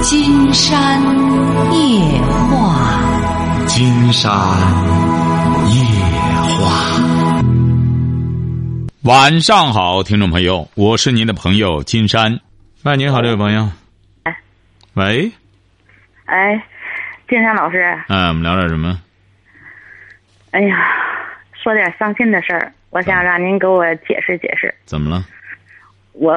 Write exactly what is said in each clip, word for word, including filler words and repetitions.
金山夜话， 金山夜话。 晚上好，听众朋友，我是您的朋友金山。喂，你好，这位朋友。 哎， 喂。 哎，金山老师。 嗯，我们聊点什么？ 哎呀，说点伤心的事儿，我想让您给我解释解释。 怎么了？ 我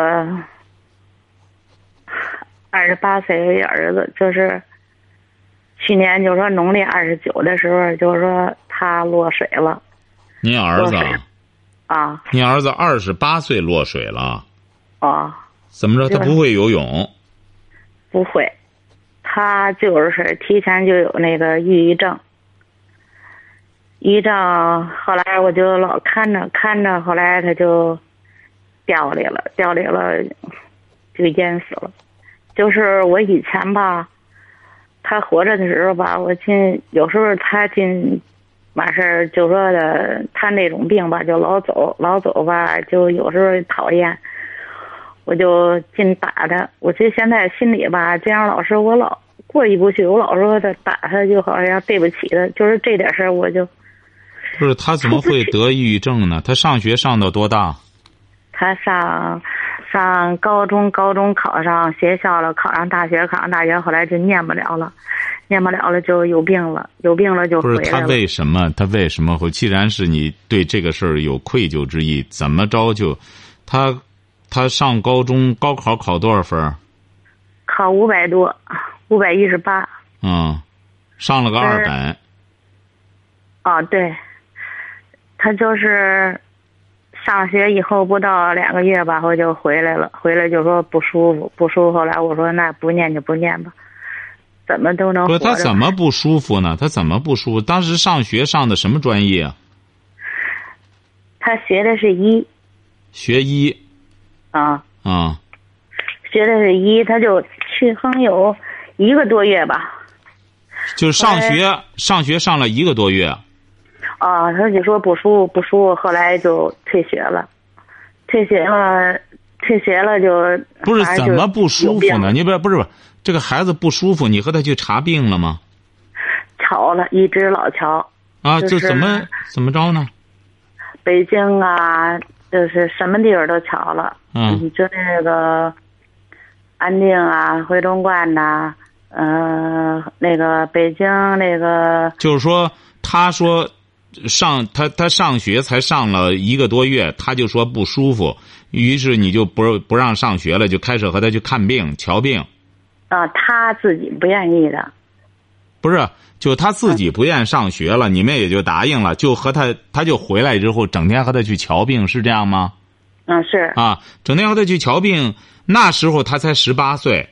二十八岁儿子，就是去年就是说农历二十九的时候，就是说他落水了。 您儿子啊？ 您儿子二十八岁落水了。 哦。 怎么着？他不会游泳？ 不会，他就是提前就有那个抑郁症。抑郁症，后来我就老看着看着，后来他就掉里了，掉里了，就淹死了。就是我以前吧，他活着的时候吧，我进有时候他进完事儿就说的，他那种病吧，就老走老走吧，就有时候讨厌，我就尽打他。我其实现在心里吧，这样老师我老过意不去，我老说他打他就好像对不起他，就是这点事儿我就。 不是他怎么会得抑郁症呢？他上学上到多大？ 他上上高中，高中考上学校了，考上大学，考上大学，后来就念不了了，念不了了就有病了，有病了就回来了。 不是他为什么？他为什么会？既然是你对这个事儿有愧疚之意，怎么着就他他上高中高考考多少分？ 考五百多，五百一十八。 嗯，上了个二本。 哦，对。他就是上学以后不到两个月吧，我就回来了。回来就说不舒服，不舒服。后来我说那不念就不念吧，怎么都能活着。 不是他怎么不舒服呢？他怎么不舒服？当时上学上的什么专业啊？ 他学的是医。学医。 啊。 啊。 学的是医，他就去横有一个多月吧。 就是上学上学上了一个多月。 啊，他就说不舒服不舒服，后来就退学了，退学了，退学了就不是怎么不舒服呢？你不是不是不这个孩子不舒服，你和他去查病了吗？ 瞧了，一直老瞧。 啊， 就怎么怎么着呢？ 北京啊，就是什么地方都瞧了。 嗯， 就那个安定啊，回龙观呐、啊，嗯、呃，那个北京那个。 就是说，他说。上他他上学才上了一个多月，他就说不舒服，于是你就不不让上学了，就开始和他去看病瞧病。 啊，他自己不愿意的。 不是，就他自己不愿上学了，嗯、你们也就答应了，就和他他就回来之后，整天和他去瞧病，是这样吗？ 嗯，是。 啊，整天和他去瞧病，那时候他才十八岁。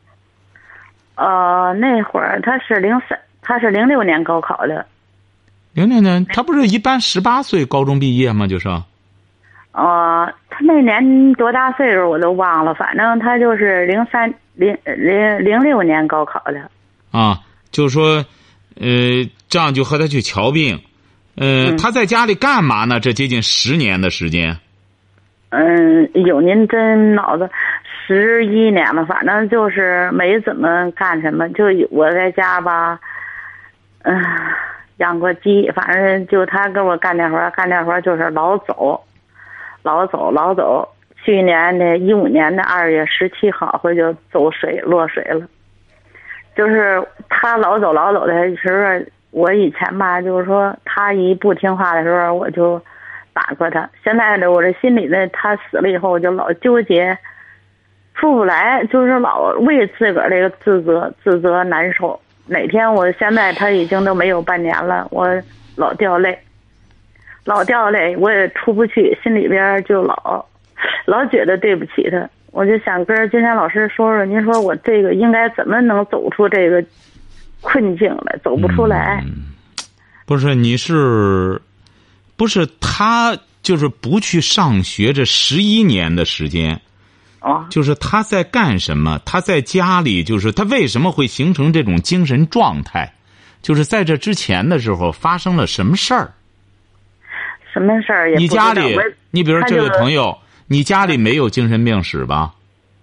呃，那会儿他是零三，他是零六年高考的。 零六年，他不是一般十八岁高中毕业吗？就是。哦、 呃，他那年多大岁数我都忘了，反正他就是零三零零零六年高考的。 啊，就是说，呃，这样就和他去瞧病，呃， 嗯、 他在家里干嘛呢？这接近十年的时间。 嗯，有您真脑子，十一年了，反正就是没怎么干什么，就我在家吧，嗯、呃。养过鸡，反正就他跟我干点活，干点活就是老走，老走老走。去年的一五年的二月十七号，回就走水落水了。就是他老走老走的时候，我以前吧，就是说他一不听话的时候，我就打过他。现在的我这心里呢，他死了以后，我就老纠结，出不来，就是老为自个儿这个自责自责难受。哪天我现在他已经都没有半年了，我老掉泪，老掉泪，我也出不去，心里边就老老觉得对不起他。我就想跟金山老师说说，您说我这个应该怎么能走出这个困境来？走不出来。 嗯、不是你是，不是他就是不去上学这十一年的时间。 哦， 就是他在干什么？他在家里，就是他为什么会形成这种精神状态？就是在这之前的时候发生了什么事儿？ 什么事儿也不知道。 你家里，你比如说这位朋友，你家里没有精神病史吧？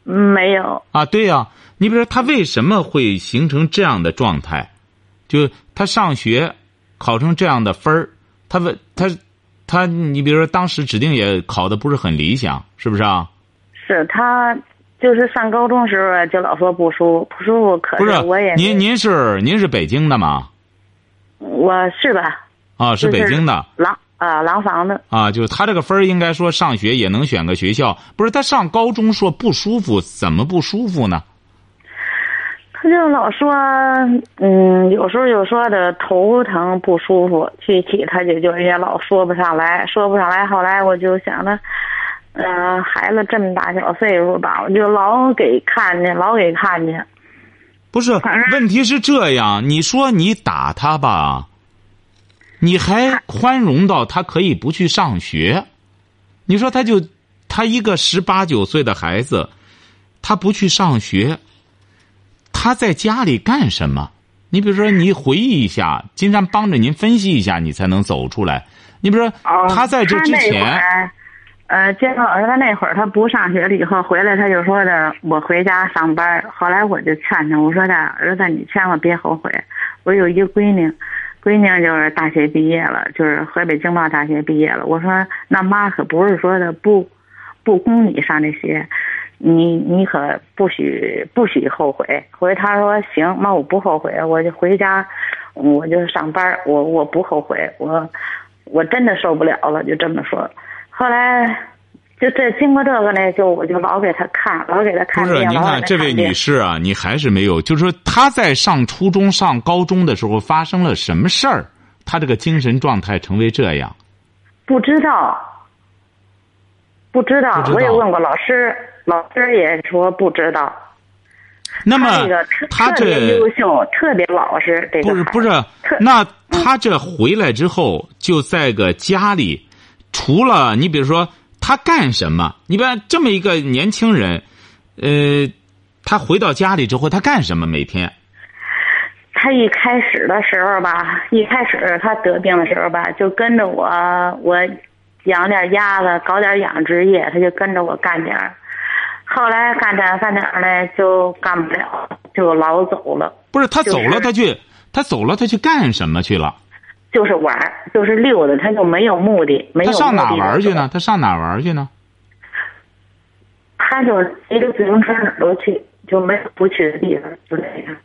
没有啊，对呀、啊，你比如说他为什么会形成这样的状态？就他上学考成这样的分儿，他为他他，你比如说当时指定也考的不是很理想，是不是啊？ 是他就是上高中时候就老说不舒服不舒服，可是我也您您是您是北京的吗？ 我是吧？ 啊，是北京的。 廊啊廊坊的。啊， 就是他这个分儿应该说上学也能选个学校，不是他上高中说不舒服，怎么不舒服呢？ 他就老说，嗯，有时候就说的头疼不舒服，具体他就就也老说不上来，说不上来。后来我就想着，嗯、呃，孩子这么大小岁数吧，我就老给看见，老给看见。 不是，问题是这样，你说你打他吧，你还宽容到他可以不去上学，你说他就他一个十八九岁的孩子，他不去上学。他在家里干什么？你比如说，你回忆一下，金山帮着您分析一下，你才能走出来。你比如说， 哦、 他在这之前， 呃，监考老师他那会儿他不上学了，以后回来他就说的，我回家上班。后来我就劝他，我说的儿子，你千万别后悔。我有一个闺女，闺女就是大学毕业了，就是河北经贸大学毕业了。我说那妈可不是说的不不供你上这些。你你可不许不许后悔。回他说行，妈我不后悔，我就回家，我就上班，我我不后悔，我我真的受不了了，就这么说。后来就这经过这个呢，就我就老给他看，老给他看。 不是，您看这位女士啊，你还是没有，就是说她在上初中、上高中的时候发生了什么事儿，她这个精神状态成为这样？ 不知道，不知道， 不知道我也问过老师。老师也说不知道。 那么他这个特别优秀，特别老实。这个不是不是，那他这回来之后就在个家里，除了你比如说他干什么？你比如这么一个年轻人，呃，他回到家里之后他干什么？每天？ 他一开始的时候吧，一开始他得病的时候吧，就跟着我，我养点鸭子，搞点养殖业，他就跟着我干点儿。后来干点干点呢，就干不了，就老走了。 不是他走了，他去，他走了，他去干什么去了？ 就是玩，就是溜达，他就没有目的，没有目的。 他上哪玩去呢？他上哪玩去呢？ 他就骑着自行车哪儿都去，就没有不去的地方，就这样。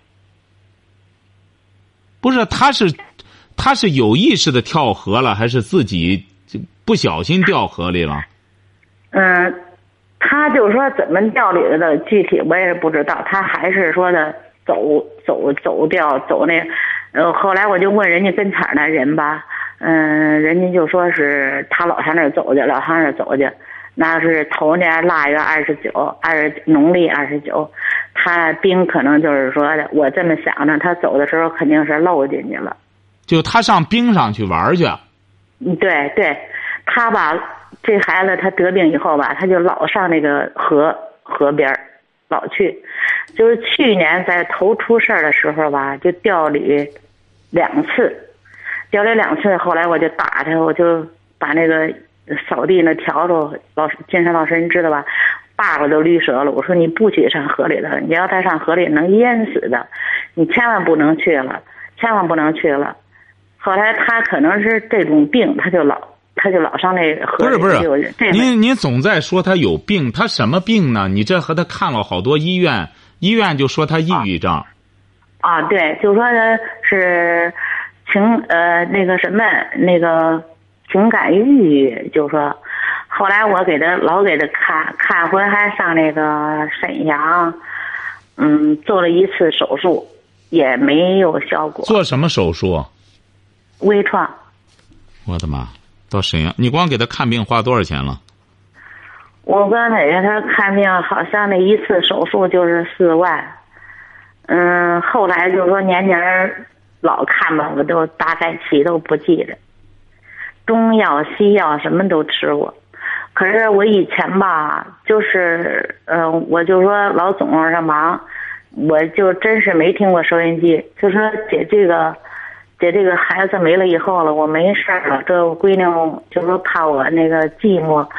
不是，他是，他是有意识的跳河了，还是自己不小心掉河里了？ 嗯。他就说怎么掉里的具体我也不知道，他还是说的走走走掉走那，呃，后来我就问人家跟前的人吧，嗯、呃，人家就说是他老上那儿走去，老上那儿走去，那是头年腊月二十九，二农历二十九，他冰可能就是说的，我这么想着，他走的时候肯定是漏进去了， 就他上冰上去玩去。 嗯，对对，他吧。这孩子他得病以后吧，他就老上那个河河边老去，就是去年在头出事儿的时候吧，就调里两次，调里两次，后来我就打他，我就把那个扫地那笤帚，老师金山老师您知道吧，把把都捋折了。我说你不许上河里了，你要再上河里能淹死的，你千万不能去了，千万不能去了。后来他可能是这种病，他就老。他就老上那河里。 不是不是，您您总在说他有病，他什么病呢？你这和他看了好多医院，医院就说他抑郁症。 啊，啊对，就说他是情呃那个什么那个情感抑郁，就说。后来我给他老给他看看回还上那个沈阳，嗯，做了一次手术，也没有效果。 做什么手术？ 微创。 我的妈！到沈阳，你光给他看病花多少钱了？ 我刚才给他看病，好像那一次手术就是四万。嗯，后来就说年年老看吧，我都大概其都不记得。中药、西药什么都吃过，可是我以前吧，就是嗯、呃，我就说老总上忙，我就真是没听过收音机，就说姐这个。姐，这个孩子没了以后了，我没事了。这我闺女就说怕我那个寂寞，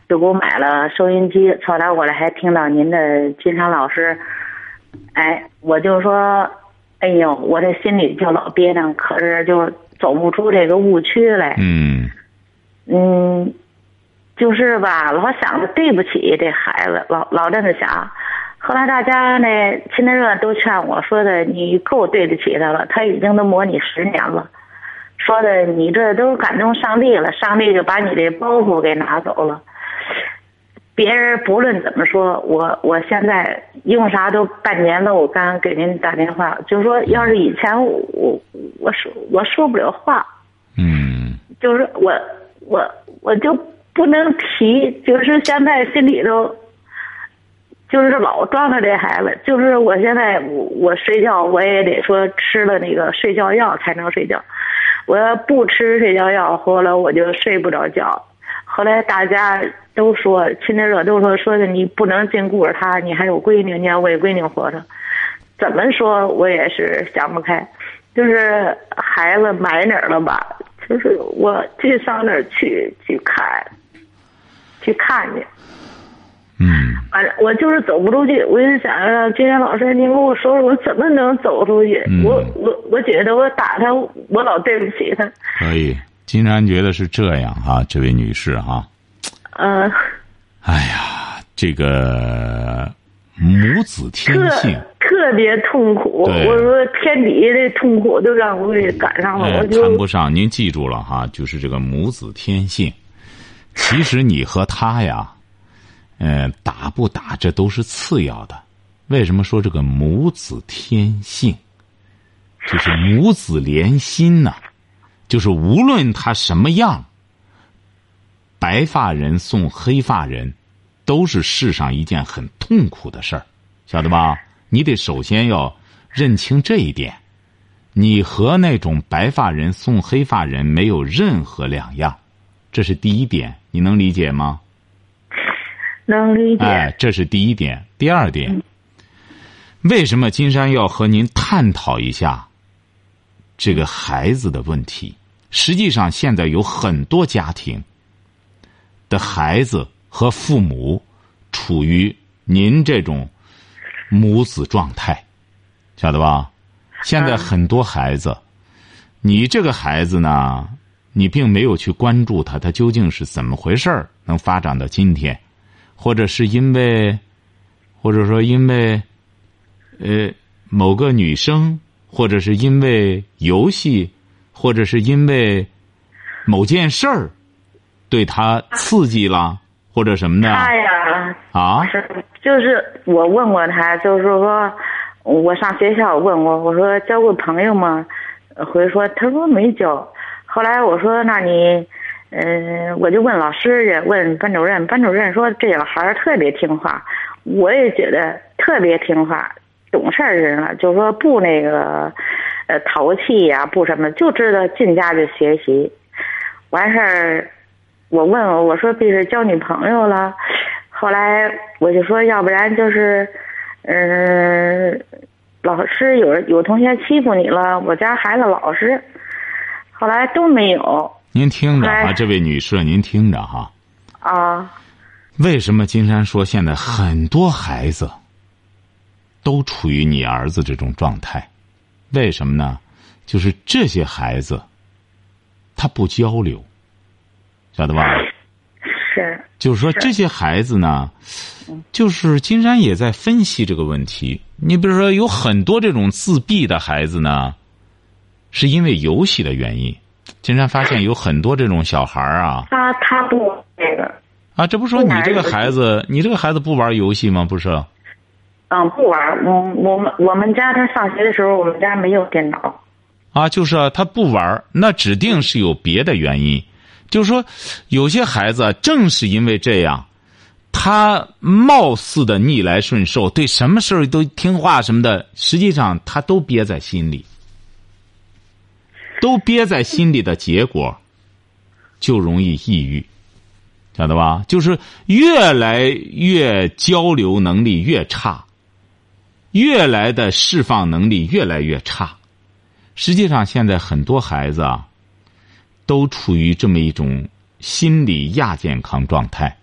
就给我买了收音机，后来我还听到您的金山老师，哎，我就说，哎呦，我这心里就老憋着，可是就走不出这个误区来。 嗯嗯，就是吧，老想着对不起这孩子，老老这么想。后来大家呢，亲热热都劝我说的，你够对得起他了，他已经都模拟十年了。说的你这都感动上帝了，上帝就把你这包袱给拿走了。别人不论怎么说，我我现在用啥都半年了。我刚刚给您打电话，就是说，要是以前我我我说我说不了话， 嗯， 就是我我我就不能提，就是现在心里头就是老装着这孩子，就是我现在我我睡觉我也得说吃了那个睡觉药才能睡觉，我要不吃睡觉药，后来我就睡不着觉。后来大家都说，亲家热都说说的你不能净顾着他，你还有闺女，你要为闺女活着。怎么说我也是想不开，就是孩子埋哪儿了吧，就是我去上那儿去去看，去看去。 嗯， 反正我就是走不出去，我就想让金山老师您给我说说我怎么能走出去。 嗯、 我我我觉得我打他，我老对不起他。 可以，金山觉得是这样啊，这位女士哈、啊。 嗯、呃。 哎呀，这个母子天性特特别痛苦。我说天底下的痛苦都让我给赶上了， 哎、 我就谈不上。您记住了哈，就是这个母子天性。其实你和他呀。嗯，打不打这都是次要的。为什么说这个母子天性？就是母子连心呢、啊，就是无论他什么样，白发人送黑发人，都是世上一件很痛苦的事儿，晓得吧？你得首先要认清这一点，你和那种白发人送黑发人没有任何两样，这是第一点，你能理解吗？ 能理解。 哎，这是第一点。第二点、嗯，为什么金山要和您探讨一下这个孩子的问题？实际上，现在有很多家庭的孩子和父母处于您这种母子状态，晓得吧？现在很多孩子，你这个孩子呢，你并没有去关注他，他究竟是怎么回事儿，能发展到今天。或者是因为，或者说因为，呃，某个女生，或者是因为游戏，或者是因为某件事儿，对他刺激了，或者什么的。 他呀， 啊， 是就是我问过他，就是说我上学校问过，我说交过朋友吗？回说他说没交。后来我说那你。嗯、呃，我就问老师去，问班主任，班主任说这小孩特别听话，我也觉得特别听话，懂事人了，就说不那个，呃，淘气呀、啊，不什么，就知道进家就学习。完事儿，我问我，我说必是交女朋友了，后来我就说，要不然就是，嗯、呃，老师有有同学欺负你了，我家孩子老实，后来都没有。 您听着啊，这位女士，您听着哈。 啊。 为什么金山说现在很多孩子都处于你儿子这种状态？为什么呢？就是这些孩子，他不交流，晓得吧？ 是。 就是说这些孩子呢，就是金山也在分析这个问题。你比如说，有很多这种自闭的孩子呢，是因为游戏的原因。金山发现有很多这种小孩啊， 他他不那个啊，这不说你这个孩子，你这个孩子不玩游戏吗？不是？ 嗯，不玩。我我们我们家他上学的时候，我们家没有电脑。 啊，就是啊，他不玩，那指定是有别的原因。就是说，有些孩子正是因为这样，他貌似的逆来顺受，对什么事儿都听话什么的，实际上他都憋在心里。都憋在心里的结果，就容易抑郁，晓得吧？就是越来越交流能力越差，越来的释放能力越来越差。实际上，现在很多孩子啊，都处于这么一种心理亚健康状态，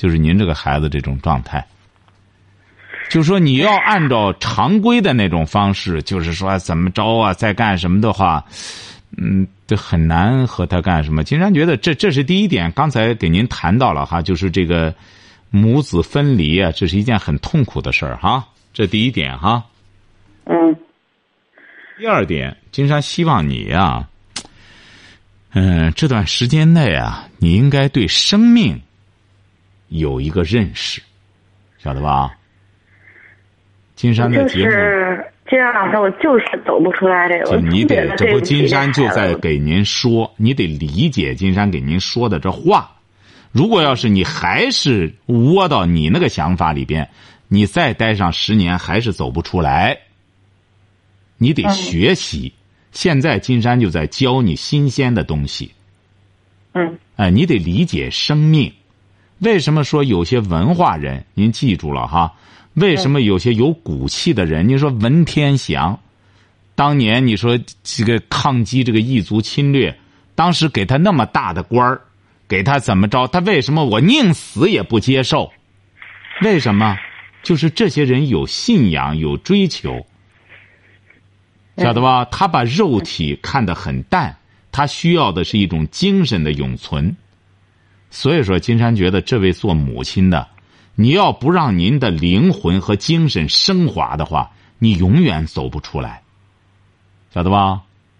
就是您这个孩子这种状态。就是说你要按照常规的那种方式，就是说怎么着啊，再干什么的话，嗯，这很难和他干什么。金山觉得这这是第一点，刚才给您谈到了哈，就是这个母子分离啊，这是一件很痛苦的事儿哈，这第一点哈。 嗯。 第二点，金山希望你呀，嗯，这段时间内啊，你应该对生命有一个认识，晓得吧？金山的节目就是这样的，我就是走不出来这个。 你得，这不金山就在给您说，你得理解金山给您说的这话。如果要是你还是窝到你那个想法里边，你再待上十年还是走不出来。你得学习，嗯、现在金山就在教你新鲜的东西。 嗯。 哎、呃，你得理解生命。为什么说有些文化人，您记住了哈？为什么有些有骨气的人？你说文天祥，当年你说这个抗击这个异族侵略，当时给他那么大的官儿，给他怎么着？他为什么我宁死也不接受？为什么？就是这些人有信仰，有追求，晓得吧？他把肉体看得很淡，他需要的是一种精神的永存。所以说，金山觉得这位做母亲的，你要不让您的灵魂和精神升华的话，你永远走不出来，晓得吧？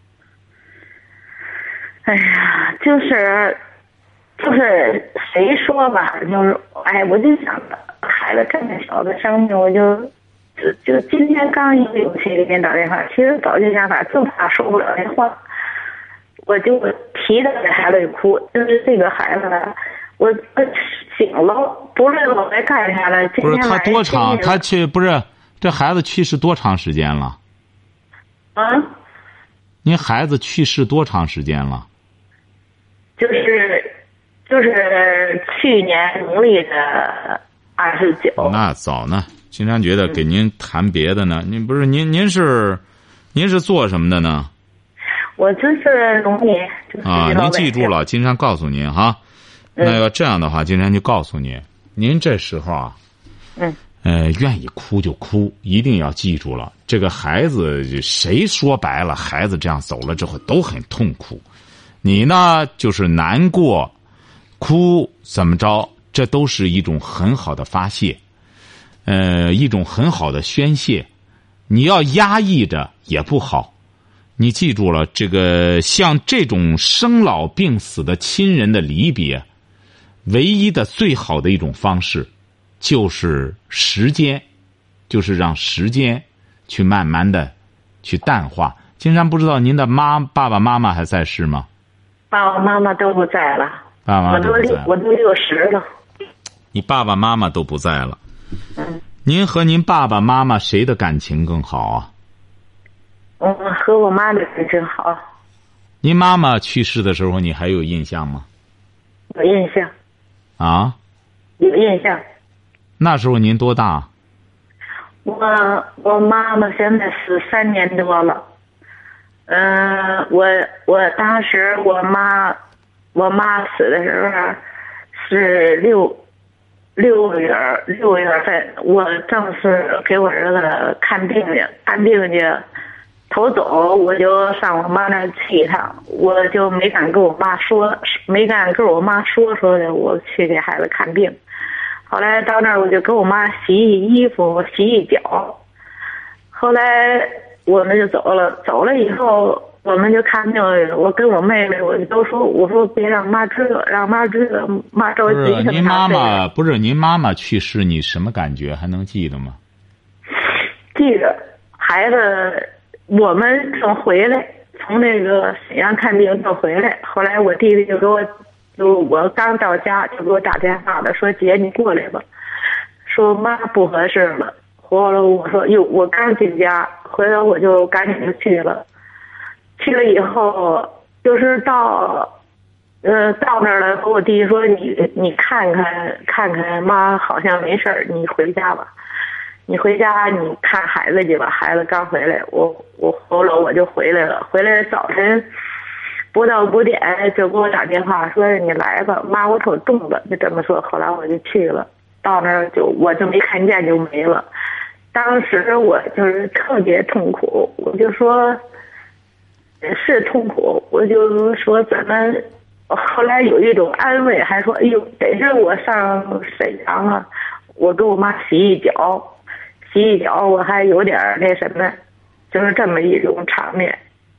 哎呀，就是就是谁说吧，就是哎，我就想着孩子这么小的生命，我就就就今天刚有勇气给您打电话，其实早就想法，就怕说不了那话，我就提着给孩子哭，就是这个孩子，我我醒了，不论我在干啥了。 不是他多长？他去不是这孩子去世多长时间了？ 啊？ 您孩子去世多长时间了？ 就是就是去年农历的二十九。 那早呢。金山觉得给您谈别的呢。嗯、您不是您您是您是做什么的呢？ 我就是农民。就是、 啊，您记住了，金山告诉您哈。那要这样的话，金山就告诉您，您这时候啊， 嗯， 呃，愿意哭就哭，一定要记住了，这个孩子，谁说白了，孩子这样走了之后都很痛苦，你呢就是难过，哭怎么着，这都是一种很好的发泄，呃，一种很好的宣泄，你要压抑着也不好。你记住了，这个像这种生老病死的亲人的离别，唯一的最好的一种方式，就是时间，就是让时间去慢慢的去淡化。金山不知道您的妈爸爸妈妈还在世吗？ 爸爸妈妈都不在了。 爸爸妈妈都不在了。 我都我都六十了。 你爸爸妈妈都不在了。 嗯。 您和您爸爸妈妈谁的感情更好啊？ 我和我妈的感情好。 您妈妈去世的时候，你还有印象吗？ 有印象。 啊？ 有印象。 那时候您多大？ 我我妈妈现在是三年多了。嗯、呃，我我当时我妈我妈死的时候是六六月六月份，我正是给我儿子看病去，看病去。头走我就上我妈那儿去一趟，我就没敢跟我妈说，没敢跟我妈说说的，我去给孩子看病。后来到那儿我就给我妈洗洗衣服，洗洗脚。后来我们就走了，走了以后我们就看病，我跟我妹妹我就都说，我说别让妈知道，让妈知道，妈着急。 不是您妈妈不是您妈妈去世，你什么感觉？还能记得吗？ 记着，孩子。我们正回来，从那个沈阳看病正回来，后来我弟弟就给我，就我刚到家就给我打电话了，说姐你过来吧，说妈不合适了。后来我说哟，我刚进家，回来我就赶紧就去了，去了以后就是到，呃，到那儿了，和我弟弟说你你看看看看妈好像没事儿，你回家吧。你回家你看孩子去吧，孩子刚回来，我我后来我就回来了。回来早晨， 不到五点就给我打电话说你来吧，妈我头重了，就这么说。后来我就去了，到那儿就我就没看见就没了。当时我就是特别痛苦，我就说是痛苦，我就说怎么。后来有一种安慰，还说哎呦，得是我上沈阳啊，我给我妈洗一脚，洗一脚我还有点那什么，就是这么一种场面。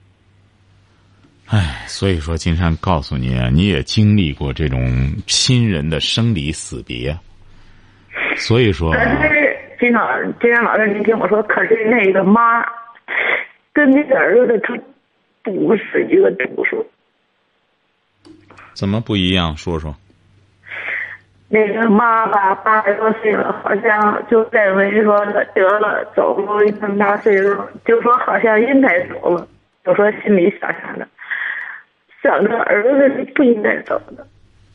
哎，所以说金山告诉你，你也经历过这种亲人的生离死别，所以说。可是金老金山老师，您听我说，可是那个妈跟那个儿子他不是一个度数。 怎么不一样？说说。 那个妈吧，八十多岁了，好像就认为说得了，走路那么大岁数，就说好像应该走了，就说心里想想的，想着儿子是不应该走的。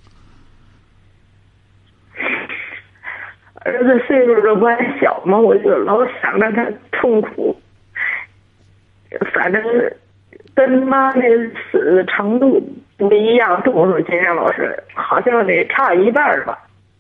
儿子岁数这不还小吗？我就老想着他痛苦，反正跟妈那死的程度不一样，度数金山老师好像得差一半吧。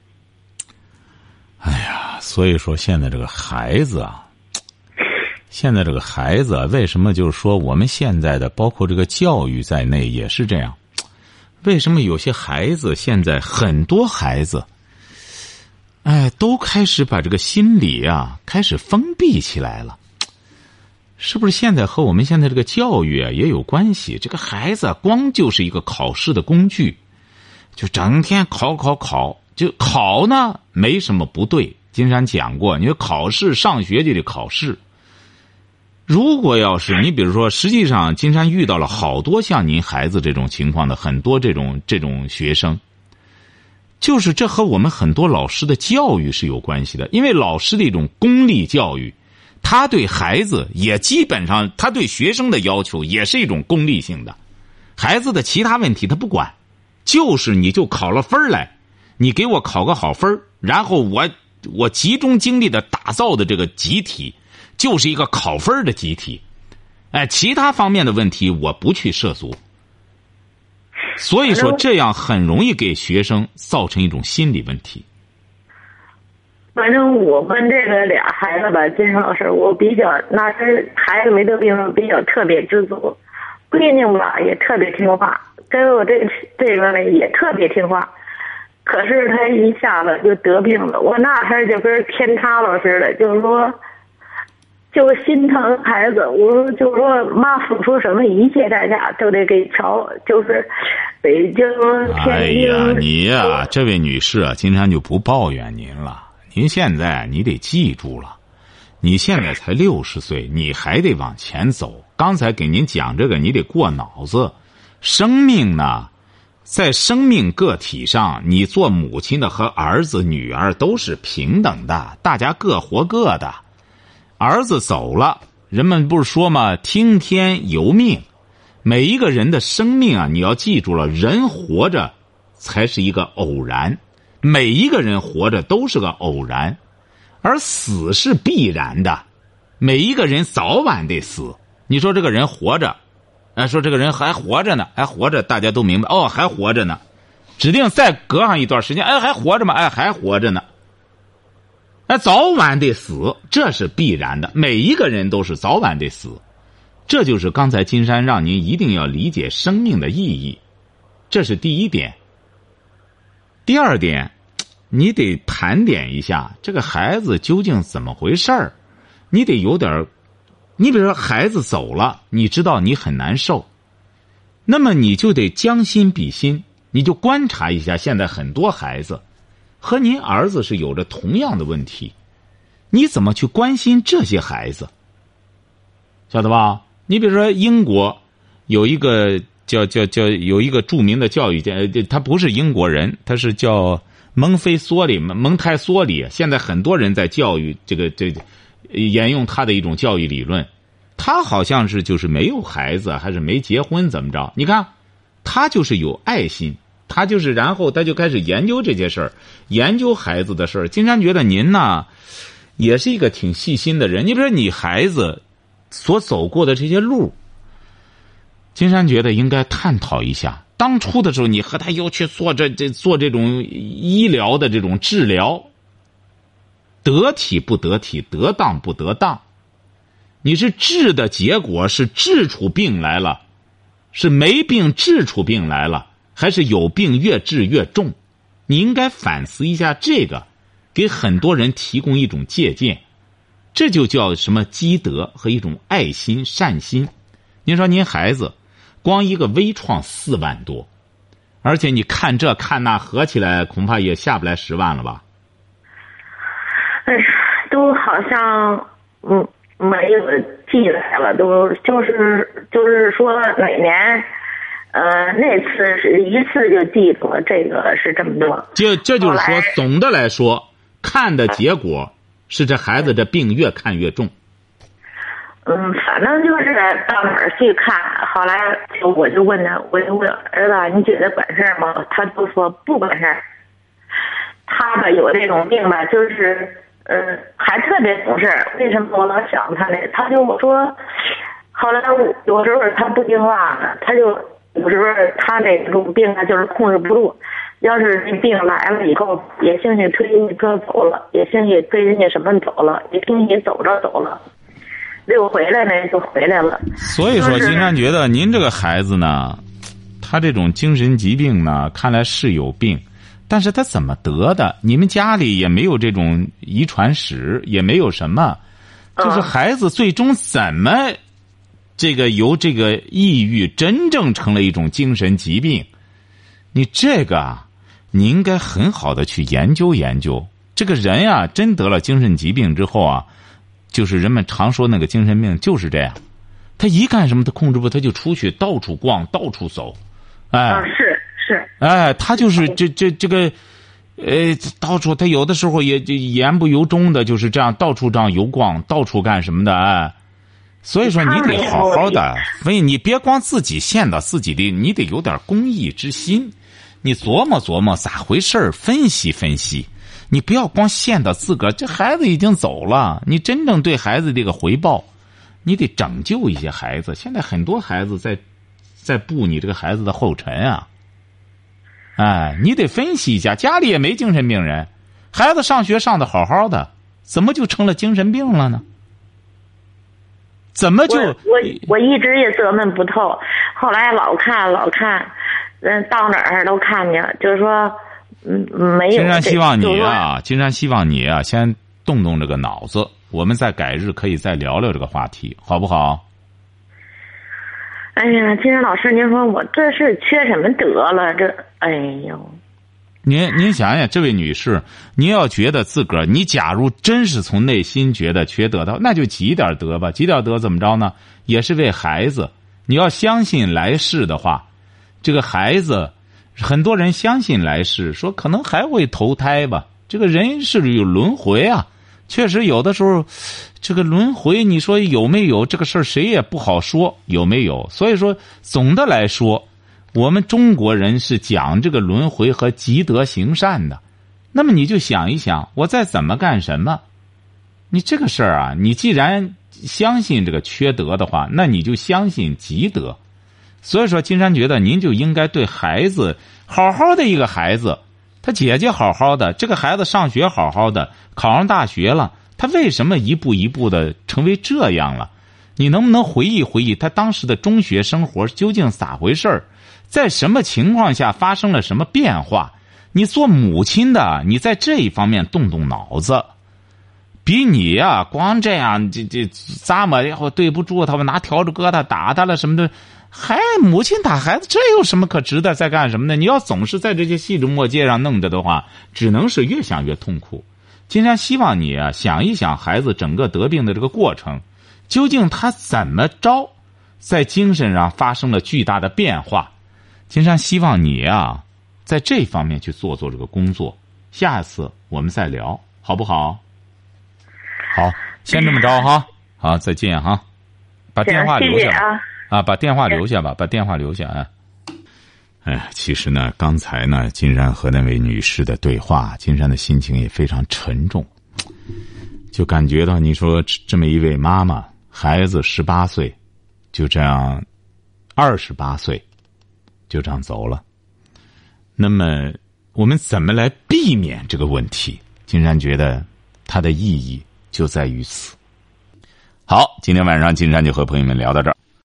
哎呀，所以说现在这个孩子啊，现在这个孩子啊，为什么就是说我们现在的包括这个教育在内也是这样？为什么有些孩子现在很多孩子，哎，都开始把这个心理啊开始封闭起来了？是不是现在和我们现在这个教育啊也有关系？这个孩子啊，光就是一个考试的工具，就整天考考考，就考呢没什么不对。金山讲过，你说考试上学就得考试。如果要是你比如说，实际上金山遇到了好多像您孩子这种情况的很多这种这种学生，就是这和我们很多老师的教育是有关系的，因为老师的一种功利教育。他对孩子也基本上，他对学生的要求也是一种功利性的，孩子的其他问题他不管，就是你就考了分来，你给我考个好分，然后我我集中精力的打造的这个集体就是一个考分的集体，哎，其他方面的问题我不去涉足。所以说这样很容易给学生造成一种心理问题。 反正我们这个俩孩子吧，金山老师，我比较那是孩子没得病，比较特别知足，闺女吧也特别听话，跟我这这个呢也特别听话，可是他一下子就得病了，我那时候就跟天塌了似的，就是说就心疼孩子，我说就是说妈付出什么一切代价都得给瞧，就是北京天津。 哎呀，你呀、啊，这位女士啊，金山就不抱怨您了。您现在你得记住了，你现在才六十岁，你还得往前走。刚才给您讲这个，你得过脑子。生命呢，在生命个体上，你做母亲的和儿子、女儿都是平等的，大家各活各的。儿子走了，人们不是说吗？听天由命。每一个人的生命啊，你要记住了，人活着才是一个偶然。每一个人活着都是个偶然，而死是必然的，每一个人早晚得死。你说这个人活着，哎，说这个人还活着呢，还活着，大家都明白，哦，还活着呢。指定再隔上一段时间，哎，还活着吗？哎，还活着呢。哎，早晚得死，这是必然的，每一个人都是早晚得死。这就是刚才金山让您一定要理解生命的意义，这是第一点。第二点，你得盘点一下这个孩子究竟怎么回事儿，你得有点，你比如说孩子走了，你知道你很难受，那么你就得将心比心，你就观察一下现在很多孩子和您儿子是有着同样的问题，你怎么去关心这些孩子，晓得吧？你比如说英国有一个叫叫叫有一个著名的教育家，他不是英国人，他是叫蒙菲梭利蒙台梭利。现在很多人在教育这个这沿用他的一种教育理论，他好像是就是没有孩子，还是没结婚怎么着？你看，他就是有爱心，他就是然后他就开始研究这些事儿，研究孩子的事儿。金山觉得您呢，也是一个挺细心的人。你比如说你孩子所走过的这些路。 金山觉得应该探讨一下，当初的时候你和他要去做这这做这种医疗的这种治疗，得体不得体，得当不得当，你是治的结果是治出病来了，是没病治出病来了，还是有病越治越重？你应该反思一下这个，给很多人提供一种借鉴。这就叫什么积德和一种爱心善心。您说您孩子光一个微创四万多，而且你看这看那合起来恐怕也下不来十万了吧？ 哎呀，都好像嗯没有记来了，都就是就是说哪年呃那次是一次就记住了，这个是这么多。 这这就是说，总的来说，看的结果是这孩子这病越看越重。 嗯，反正就是到哪儿去看，后来就我就问他，我就问儿子，你觉得管事吗？他就说不管事儿。他吧有这种病吧，就是嗯还特别懂事儿。为什么我老想他呢？他就说，后来有时候他不听话了，他就有时候他这种病啊就是控制不住。要是这病来了以后，也兴许推人家车走了，也兴许推人家什么走了，也兴许走着走了。溜回来呢就回来了。 所以说金山觉得您这个孩子呢，他这种精神疾病呢看来是有病，但是他怎么得的？你们家里也没有这种遗传史，也没有什么，就是孩子最终怎么这个由这个抑郁真正成了一种精神疾病，你这个啊你应该很好的去研究研究。这个人呀真得了精神疾病之后啊，就是人们常说那个精神病就是这样，他一干什么他控制不住，他就出去到处逛到处走。哎、 啊、是是哎他就是这这这个呃到处，他有的时候也就言不由衷的就是这样到处这样游逛，到处干什么的。哎，所以说你得好好的，所以你别光自己陷到自己的，你得有点公益之心，你琢磨琢磨咋回事，分析分析，你不要光陷到自个儿。这孩子已经走了，你真正对孩子这个回报，你得拯救一些孩子。现在很多孩子在在步你这个孩子的后尘啊。哎，你得分析一下，家里也没精神病人，孩子上学上的好好的，怎么就成了精神病了呢？怎么就我我我一直也琢磨不透，后来老看老看，嗯，到哪儿都看见，就是说，嗯，没有。 金山希望你啊，金山希望你啊，先动动这个脑子，我们再改日可以再聊聊这个话题，好不好？ 哎呀，金山老师，您说我这是缺什么德了？这，哎呦。 您您想想，这位女士，您要觉得自个儿，你假如真是从内心觉得缺德的，那就积点德吧。积点德怎么着呢？也是为孩子。你要相信来世的话，这个孩子，很多人相信来世，说可能还会投胎吧。这个人是有轮回啊，确实有的时候，这个轮回，你说有没有这个事儿，谁也不好说有没有。所以说，总的来说，我们中国人是讲这个轮回和积德行善的。那么你就想一想，我再怎么干什么，你这个事儿啊，你既然相信这个缺德的话，那你就相信积德。所以说金山觉得您就应该对孩子好好的，一个孩子他姐姐好好的，这个孩子上学好好的，考上大学了，他为什么一步一步的成为这样了？你能不能回忆回忆他当时的中学生活究竟咋回事儿？在什么情况下发生了什么变化？你做母亲的，你在这一方面动动脑子，比你呀、啊、光这样这这咂摸，然后对不住他们，拿笤帚疙瘩打他了什么的，还母亲打孩子，这有什么可值得在干什么呢？你要总是在这些细枝末节上弄着的话，只能是越想越痛苦。金山希望你啊想一想孩子整个得病的这个过程，究竟他怎么着在精神上发生了巨大的变化。金山希望你啊在这方面去做做这个工作，下次我们再聊好不好？好，先这么着哈，好，再见哈，把电话留下吧。啊, 啊，把电话留下吧，把电话留下啊。哎，其实呢，刚才呢，金山和那位女士的对话，金山的心情也非常沉重，就感觉到你说这么一位妈妈，孩子十八岁，就这样。 二十八岁就这样走了。那么我们怎么来避免这个问题？金山觉得它的意义就在于此。好，今天晚上金山就和朋友们聊到这儿。